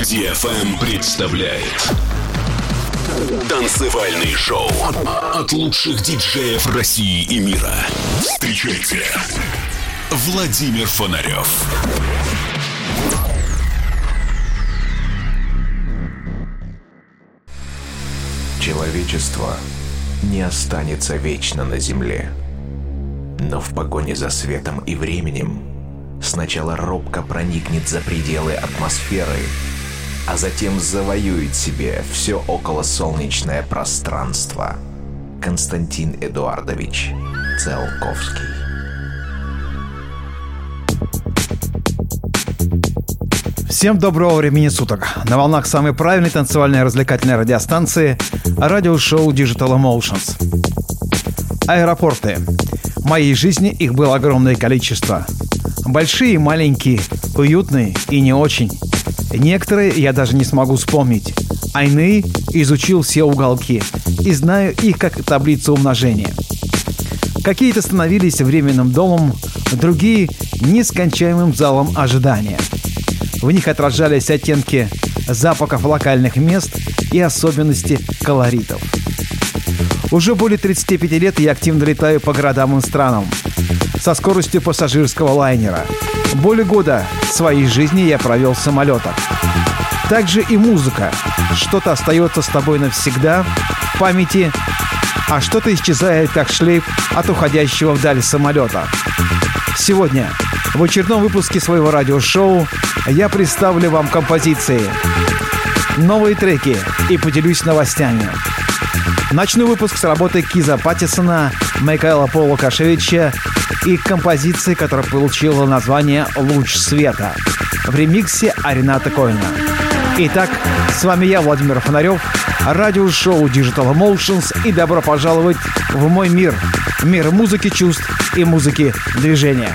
DFM представляет танцевальный шоу от лучших диджеев России и мира. Встречайте, Владимир Фонарев. Человечество не останется вечно на Земле, но в погоне за светом и временем сначала робко проникнет за пределы атмосферы, а затем завоюет себе все околосолнечное пространство. Константин Эдуардович Циолковский. Всем доброго времени суток. На волнах самой правильной танцевальной развлекательной радиостанции радиошоу Digital Emotions. Аэропорты. В моей жизни их было огромное количество. Большие и маленькие, уютные и не очень. Некоторые я даже не смогу вспомнить, а иные изучил все уголки и знаю их как таблицу умножения. Какие-то становились временным домом, другие — нескончаемым залом ожидания. В них отражались оттенки запахов локальных мест и особенности колоритов. Уже более 35 лет я активно летаю по городам и странам со скоростью пассажирского лайнера. Более года своей жизни я провел в самолетах. Также и музыка. Что-то остается с тобой навсегда в памяти, а что-то исчезает, как шлейф от уходящего вдаль самолета. Сегодня в очередном выпуске своего радиошоу я представлю вам композиции, новые треки и поделюсь новостями. Начну выпуск с работы Киза Паттисона, Микаэла Пола Кашевича и композиции, которая получила название «Луч света» в ремиксе Рената Коэна. Итак, с вами я, Владимир Фонарев, радиошоу Digital Emotions, и добро пожаловать в мой мир. Мир музыки чувств и музыки движения.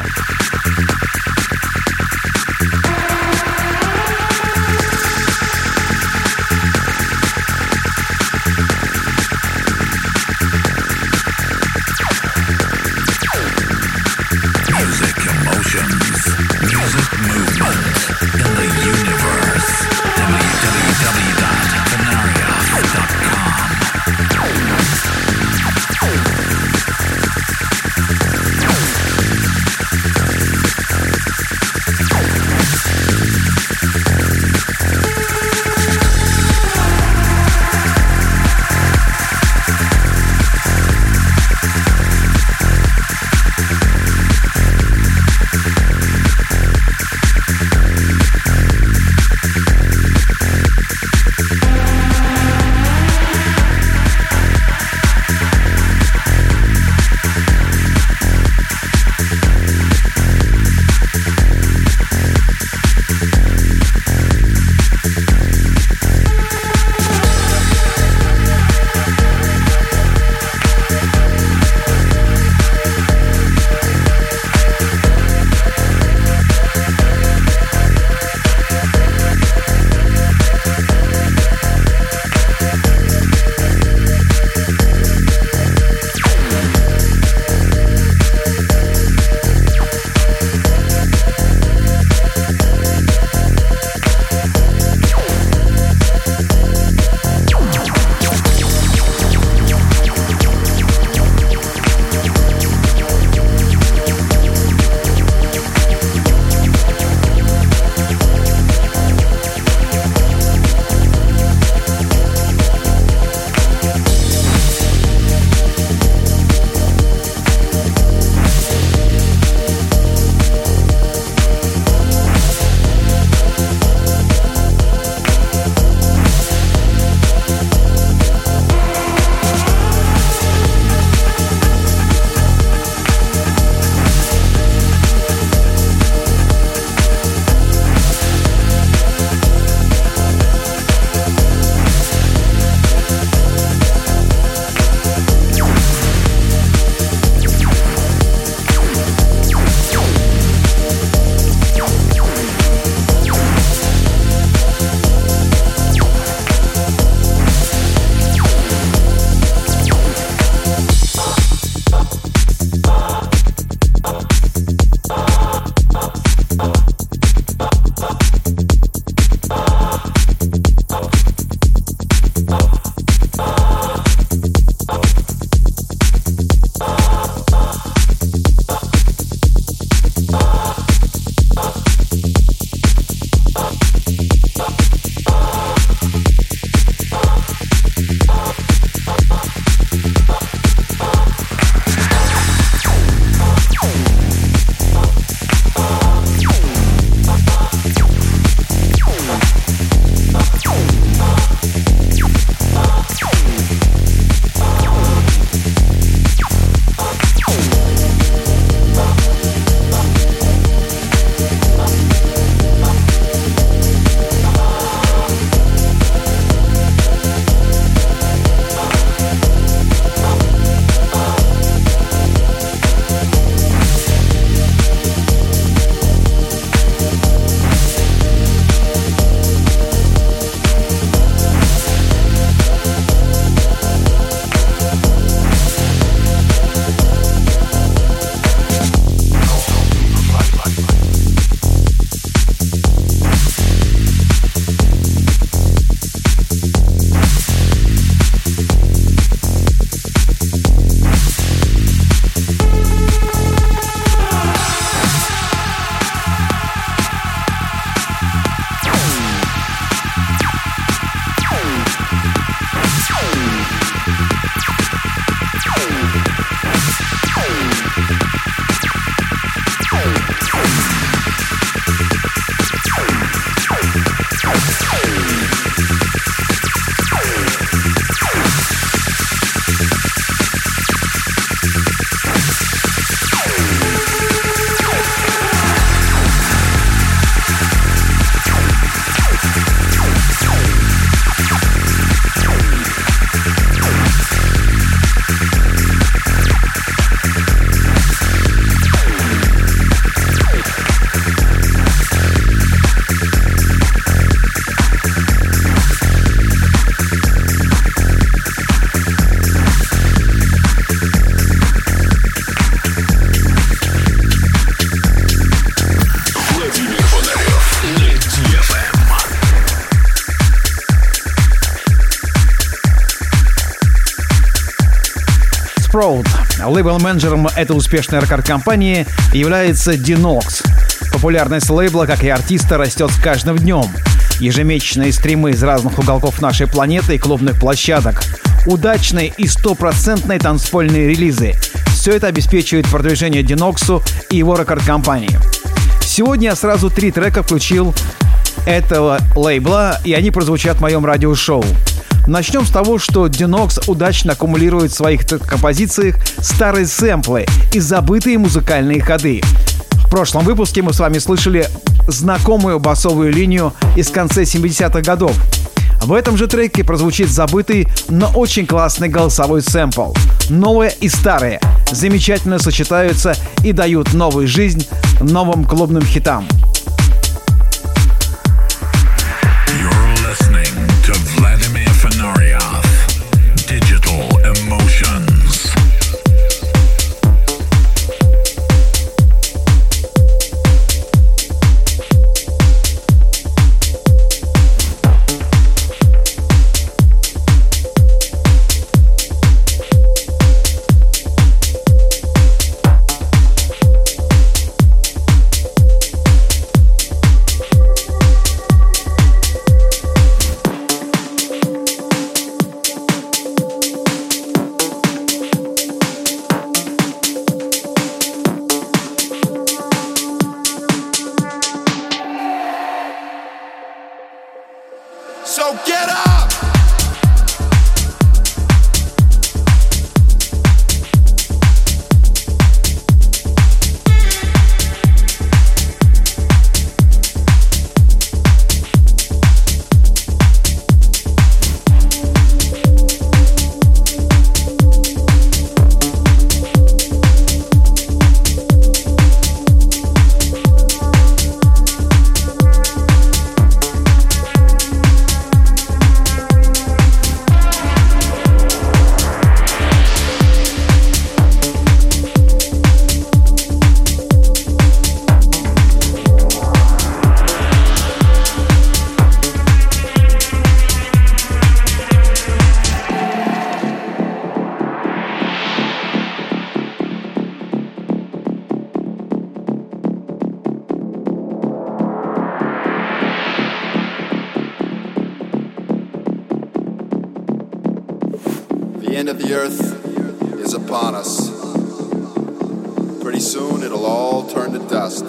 Sprout. Лейбл-менеджером этой успешной рекорд-компании является Dinox. Популярность лейбла, как и артиста, растет с каждым днем. Ежемесячные стримы из разных уголков нашей планеты и клубных площадок. Удачные и стопроцентные танцпольные релизы. Все это обеспечивает продвижение Dinox'у и его рекорд-компании. Сегодня я сразу 3 трека включил этого лейбла, и они прозвучат в моем радиошоу. Начнем с того, что Dinox удачно аккумулирует в своих композициях старые сэмплы и забытые музыкальные ходы. В прошлом выпуске мы с вами слышали знакомую басовую линию из конца 70-х годов. В этом же треке прозвучит забытый, но очень классный голосовой сэмпл. Новое и старое замечательно сочетаются и дают новую жизнь новым клубным хитам. The end of the earth is upon us. Pretty soon it'll all turn to dust.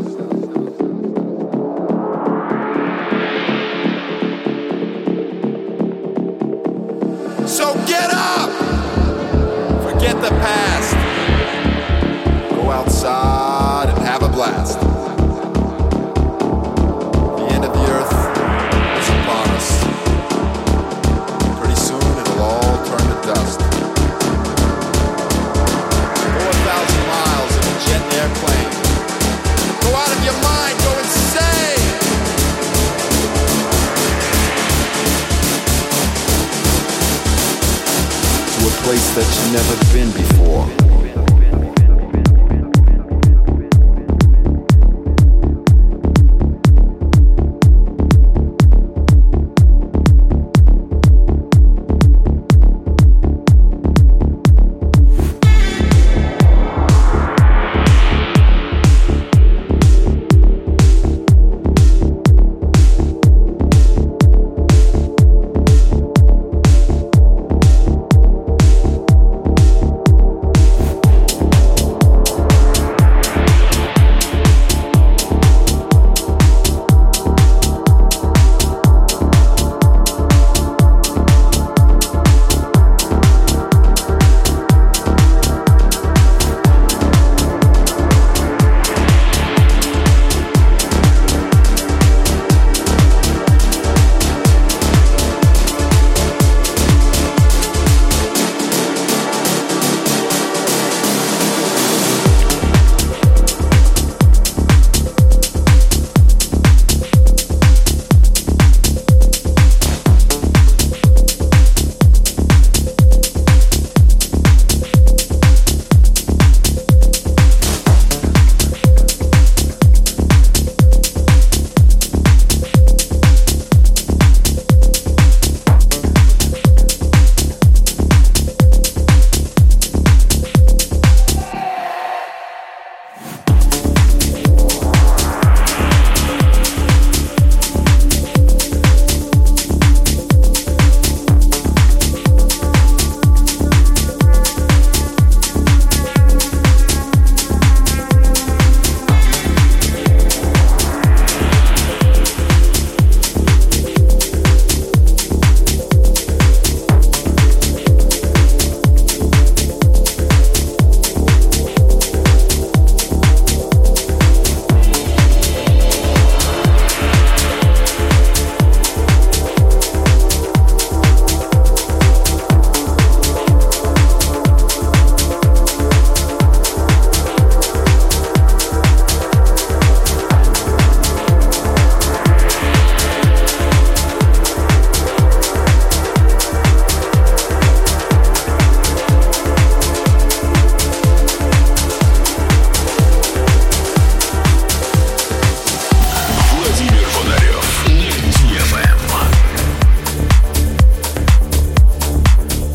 So get up! Forget the past. Go outside and have a blast. The end of the earth is upon us. Pretty soon it'll all turn to dust. Go 1,000 miles in a jet airplane. Go out of your mind, go insane! To a place that you've never been before.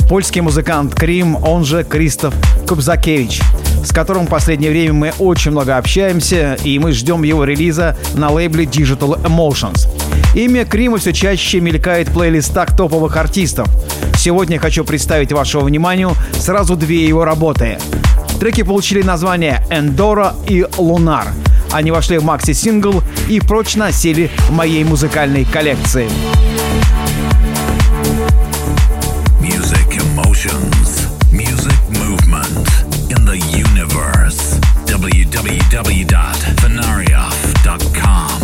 польский музыкант Крим, он же Кристоф Кубзакевич, с которым в последнее время мы очень много общаемся, и мы ждем его релиза на лейбле Digital Emotions. Имя Крима все чаще мелькает в плейлистах топовых артистов. Сегодня я хочу представить вашему вниманию сразу две его работы. Треки получили названия «Эндора» и «Лунар». Они вошли в макси-сингл и прочно осели в моей музыкальной коллекции. Music emotions, music movement in the universe. www.fenarioff.com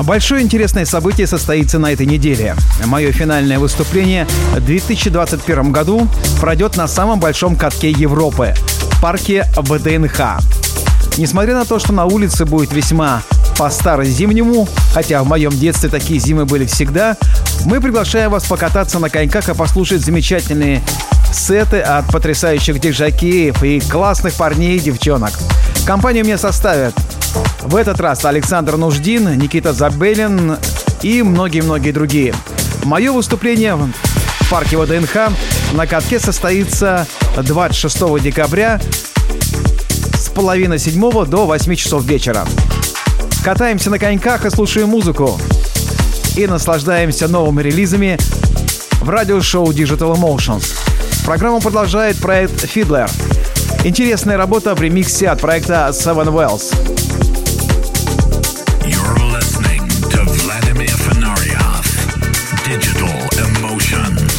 Большое интересное событие состоится на этой неделе. Мое финальное выступление в 2021 году пройдет на самом большом катке Европы – парке ВДНХ. Несмотря на то, что на улице будет весьма по-старозимнему, хотя в моем детстве такие зимы были всегда, мы приглашаем вас покататься на коньках и послушать замечательные сеты от потрясающих диджакеев и классных парней и девчонок. Компанию мне составят в этот раз Александр Нуждин, Никита Забелин и многие-многие другие. Мое выступление в парке ВДНХ на катке состоится 26 декабря с половины 7 до 8 часов вечера. Катаемся на коньках и слушаем музыку. И наслаждаемся новыми релизами в радиошоу Digital Emotions. Программу продолжает проект Fiddler. Интересная работа в ремиксе от проекта Seven Wells. You're listening to Vladimir Fenarioff, Digital Emotions.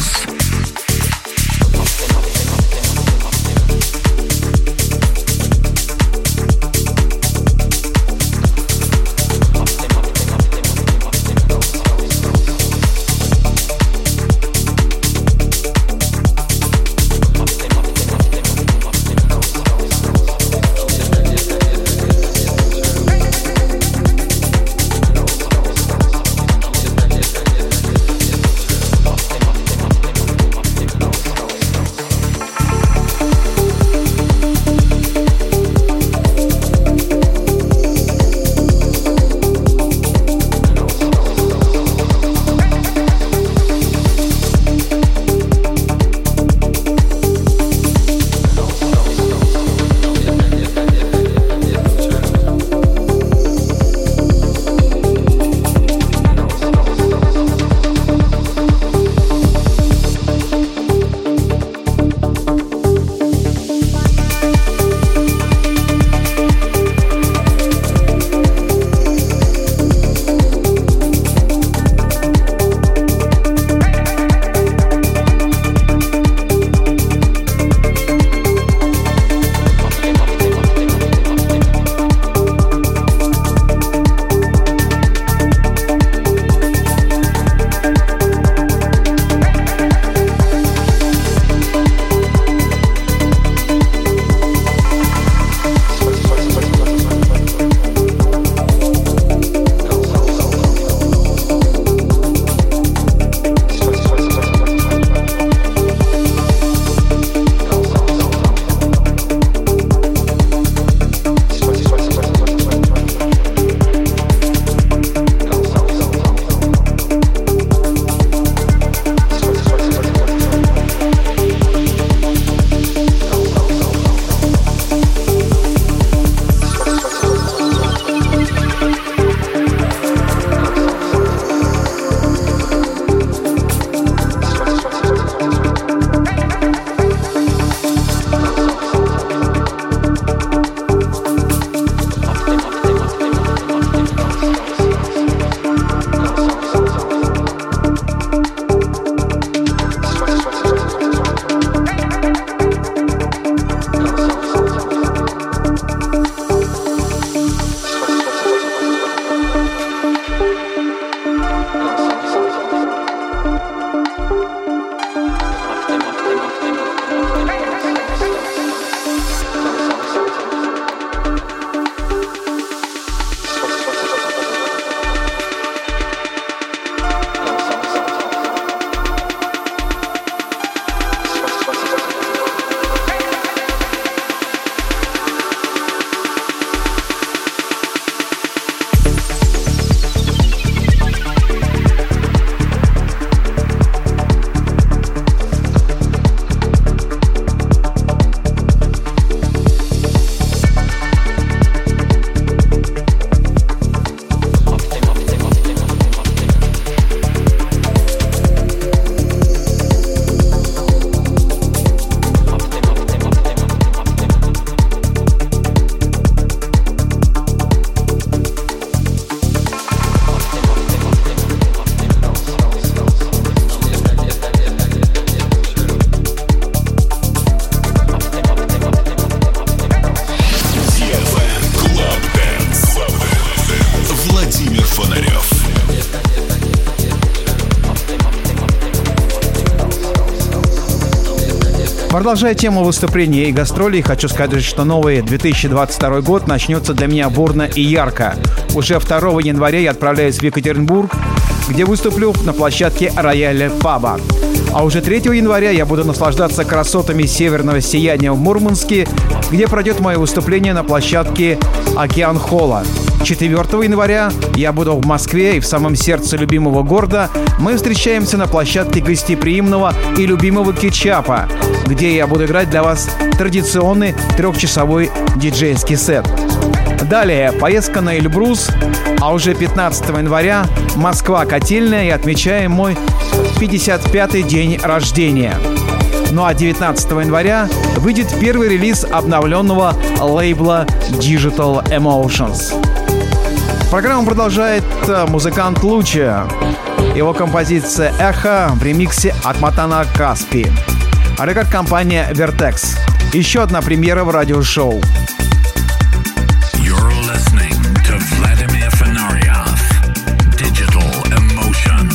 Продолжая тему выступлений и гастролей, хочу сказать, что новый 2022 год начнется для меня бурно и ярко. Уже 2 января я отправляюсь в Екатеринбург, где выступлю на площадке Рояля Паба. А уже 3 января я буду наслаждаться красотами северного сияния в Мурманске, где пройдет мое выступление на площадке Океан Холла. 4 января я буду в Москве, и в самом сердце любимого города мы встречаемся на площадке гостеприимного и любимого кетчапа, где я буду играть для вас традиционный 3-часовой диджейский сет. Далее поездка на Эльбрус, а уже 15 января Москва Котельная, и отмечаем мой 55-й день рождения. Ну а 19 января выйдет первый релиз обновленного лейбла Digital Emotions. Программу продолжает музыкант Луча. Его композиция «Эхо» в ремиксе от Матана Каспи. Рекорд-компания Vertex. Еще одна премьера в радиошоу. You're listening to Vladimir Fenarioff, Digital Emotions.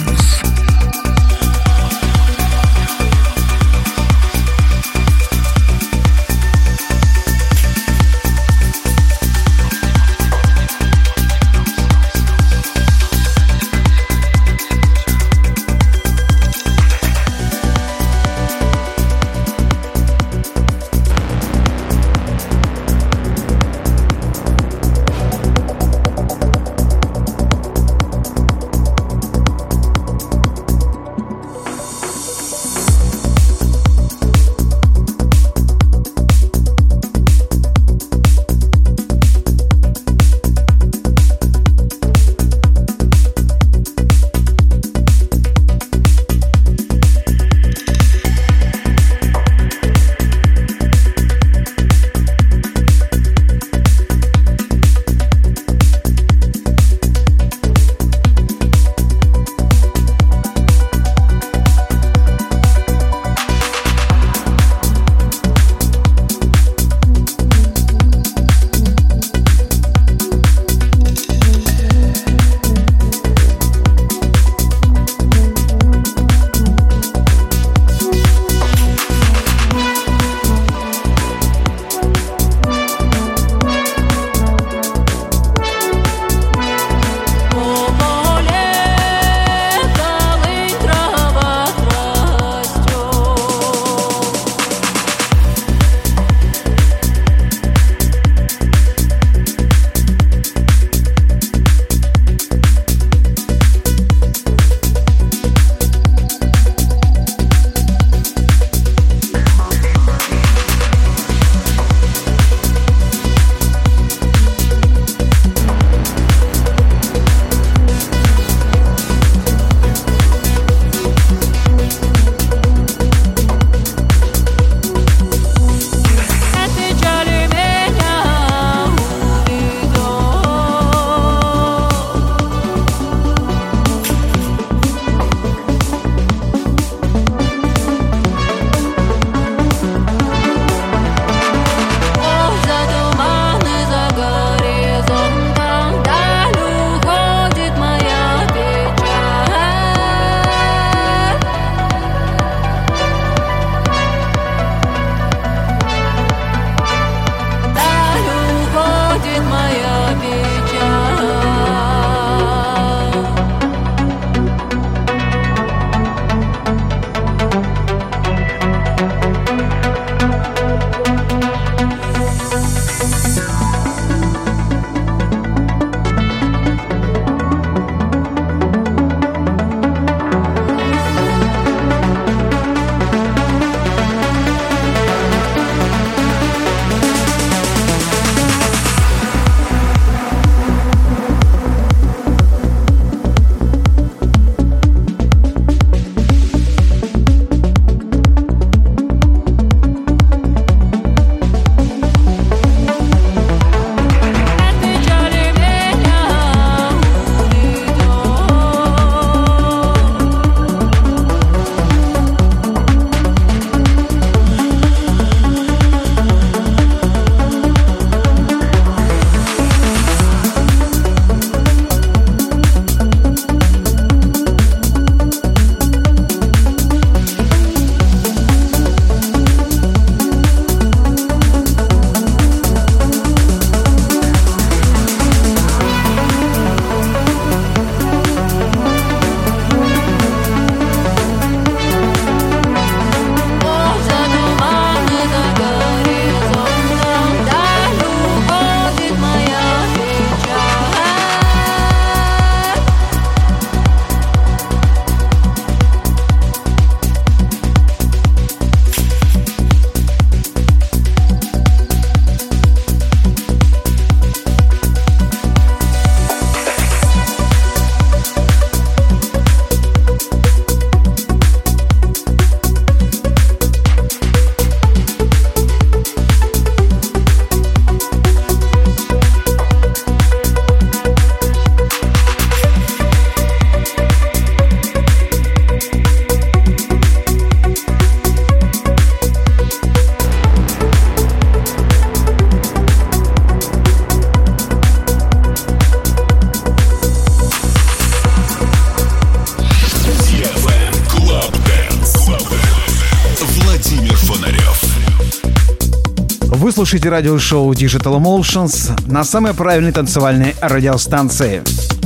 слушаете радиошоу Digital Emotions на самой правильной танцевальной радиостанции.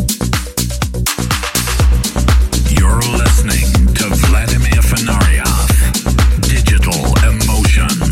You're listening to Vladimir Fenarioff, Digital Emotions.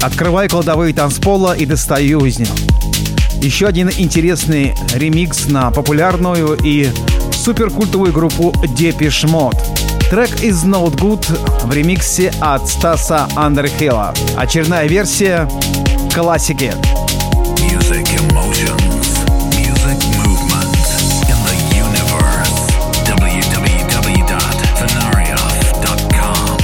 Открываю кладовые танцпола и достаю из них. Еще один интересный ремикс на популярную и суперкультовую группу Depeche Mode. Трек Is Not Good в ремиксе от Стаса Андерхилла. Очередная версия классики. Music emotions, music movement in the universe. www.fenarioff.com.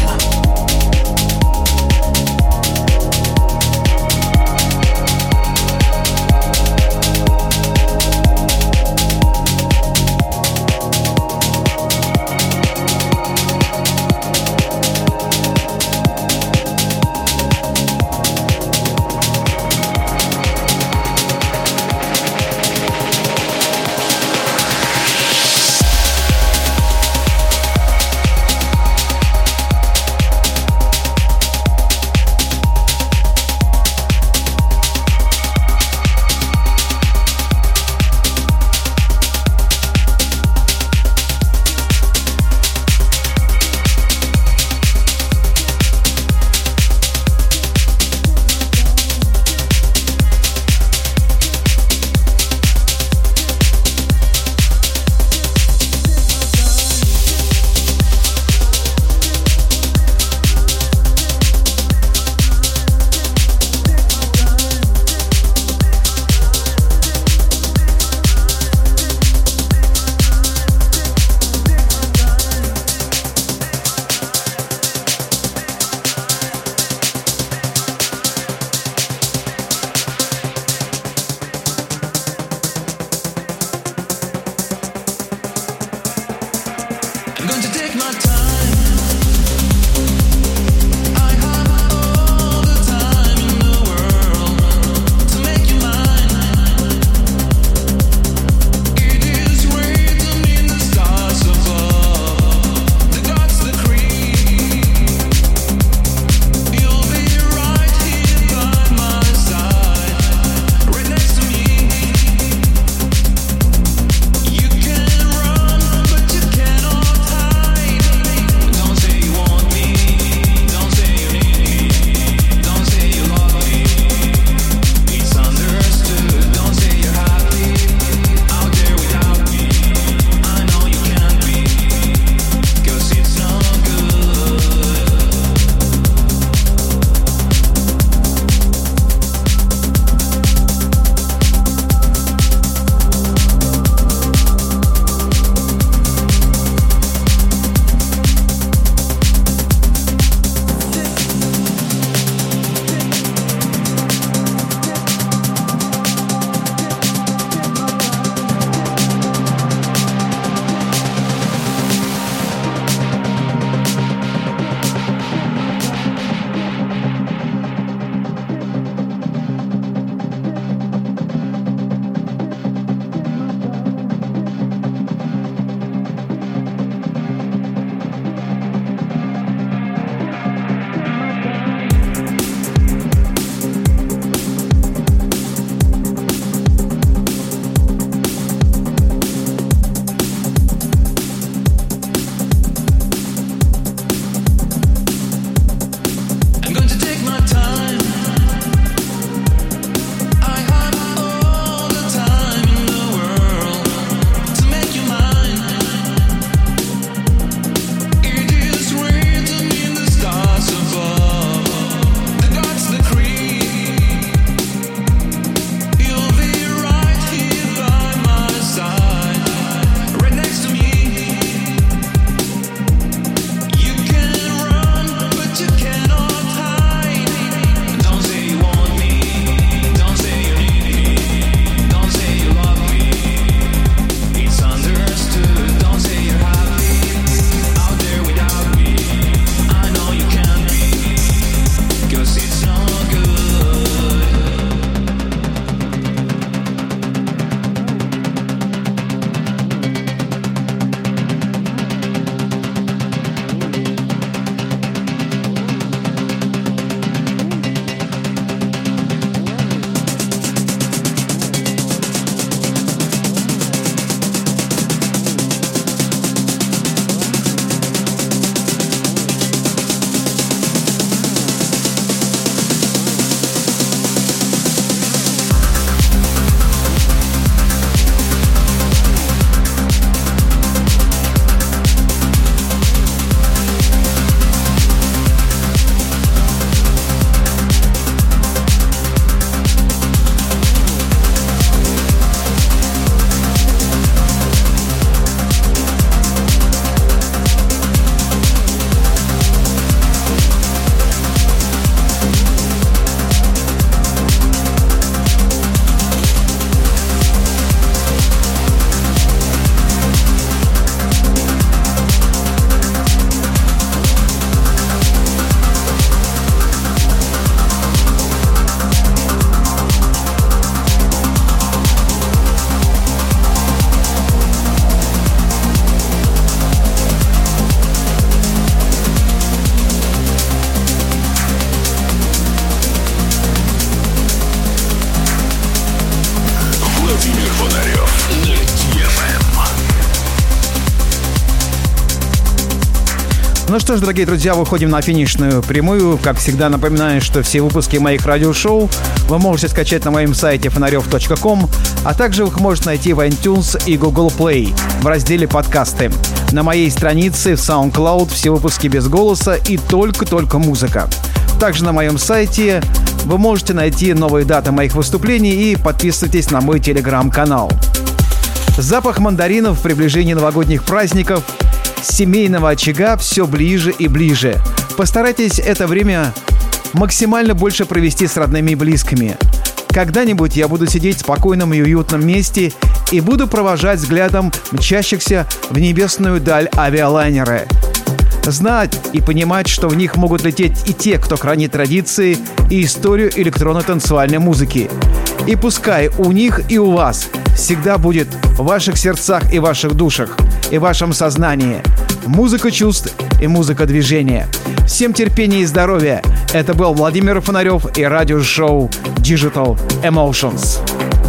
Ну что ж, дорогие друзья, выходим на финишную прямую. Как всегда, напоминаю, что все выпуски моих радиошоу вы можете скачать на моем сайте фонарев.ком, а также вы их можете найти в iTunes и Google Play в разделе «Подкасты». На моей странице в SoundCloud все выпуски без голоса и только музыка. Также на моем сайте вы можете найти новые даты моих выступлений и подписывайтесь на мой телеграм-канал. Запах мандаринов в приближении новогодних праздников, семейного очага все ближе и ближе. Постарайтесь это время максимально больше провести с родными и близкими. Когда-нибудь я буду сидеть в спокойном и уютном месте и буду провожать взглядом мчащихся в небесную даль авиалайнеры. Знать и понимать, что в них могут лететь и те, кто хранит традиции и историю электронной танцевальной музыки. И пускай у них и у вас всегда будет в ваших сердцах и ваших душах, и в вашем сознании музыка чувств и музыка движения. Всем терпения и здоровья. Это был Владимир Фонарев и радиошоу Digital Emotions.